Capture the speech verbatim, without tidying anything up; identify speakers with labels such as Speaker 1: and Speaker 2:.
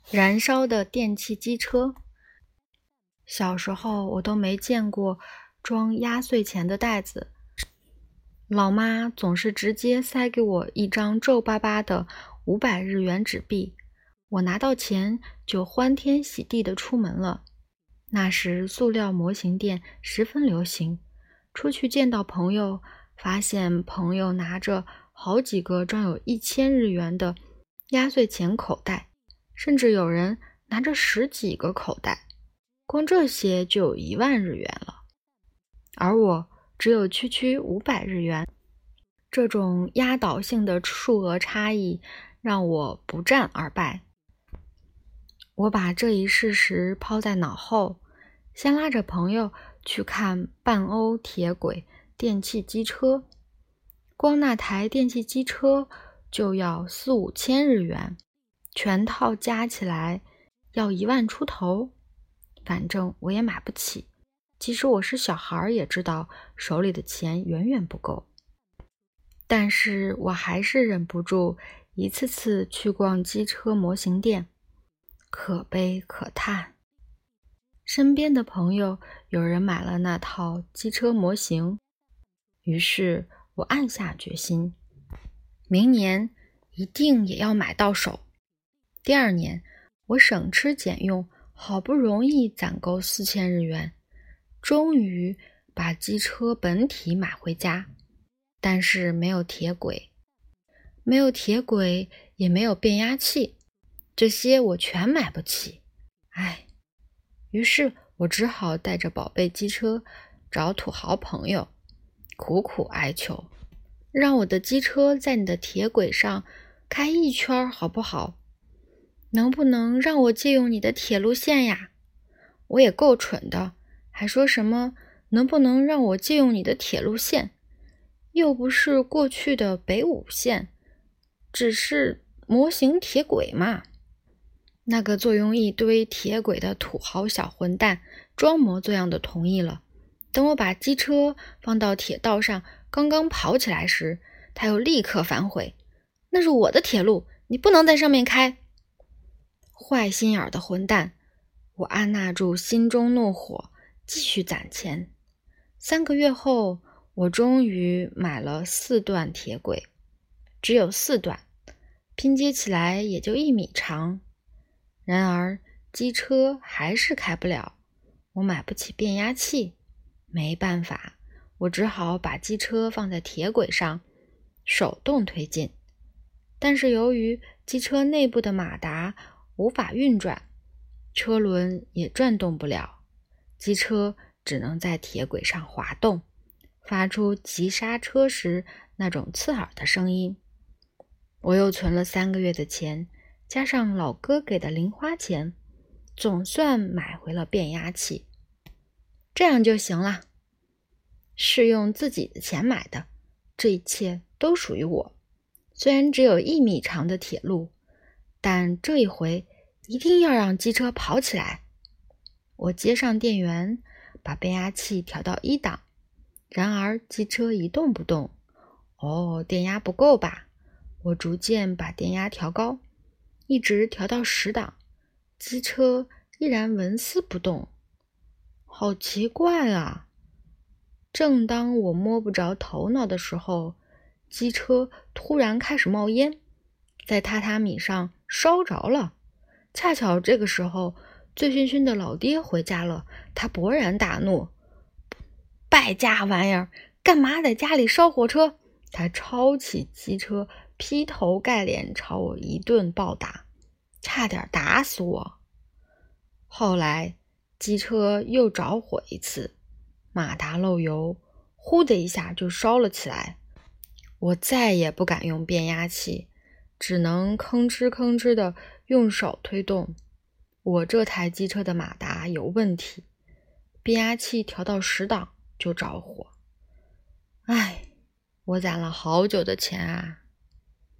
Speaker 1: 燃烧的电气机车。小时候我都没见过装压岁钱的袋子，老妈总是直接塞给我一张皱巴巴的五百日元纸币，我拿到钱就欢天喜地地出门了。那时塑料模型店十分流行，出去见到朋友，发现朋友拿着好几个装有一千日元的压岁钱口袋，甚至有人拿着十几个口袋，光这些就有一万日元了。而我只有区区五百日元，这种压倒性的数额差异让我不战而败。我把这一事实抛在脑后，先拉着朋友去看半欧铁轨电气机车，光那台电气机车就要四五千日元，全套加起来要一万出头。反正我也买不起，即使我是小孩也知道手里的钱远远不够。但是我还是忍不住一次次去逛机车模型店，可悲可叹。身边的朋友有人买了那套机车模型，于是我暗下决心，明年一定也要买到手。第二年，我省吃俭用，好不容易攒够四千日元，终于把机车本体买回家。但是没有铁轨，没有铁轨，也没有变压器，这些我全买不起。唉，于是我只好带着宝贝机车找土豪朋友，苦苦哀求，让我的机车在你的铁轨上开一圈好不好？能不能让我借用你的铁路线呀？我也够蠢的，还说什么能不能让我借用你的铁路线？又不是过去的北武线，只是模型铁轨嘛。那个坐拥一堆铁轨的土豪小混蛋装模作样的同意了。等我把机车放到铁道上，刚刚跑起来时，他又立刻反悔，那是我的铁路，你不能在上面开。坏心眼的混蛋，我按捺住心中怒火，继续攒钱。三个月后，我终于买了四段铁轨，只有四段，拼接起来也就一米长。然而机车还是开不了，我买不起变压器，没办法，我只好把机车放在铁轨上，手动推进。但是由于机车内部的马达无法运转，车轮也转动不了，机车只能在铁轨上滑动，发出急刹车时那种刺耳的声音。我又存了三个月的钱，加上老哥给的零花钱，总算买回了变压器。这样就行了，是用自己的钱买的，这一切都属于我。虽然只有一米长的铁路，但这一回一定要让机车跑起来。我接上电源，把变压器调到一档，然而机车一动不动。哦，电压不够吧？我逐渐把电压调高，一直调到十档，机车依然纹丝不动。好奇怪啊！正当我摸不着头脑的时候，机车突然开始冒烟，在榻榻米上烧着了。恰巧这个时候，醉醺醺的老爹回家了，他勃然大怒：败家玩意儿，干嘛在家里烧火车？他抄起机车，劈头盖脸朝我一顿暴打，差点打死我。后来机车又着火一次，马达漏油，呼的一下就烧了起来。我再也不敢用变压器，只能吭哧吭哧的用手推动。我这台机车的马达有问题，变压器调到十档就着火。唉，我攒了好久的钱啊！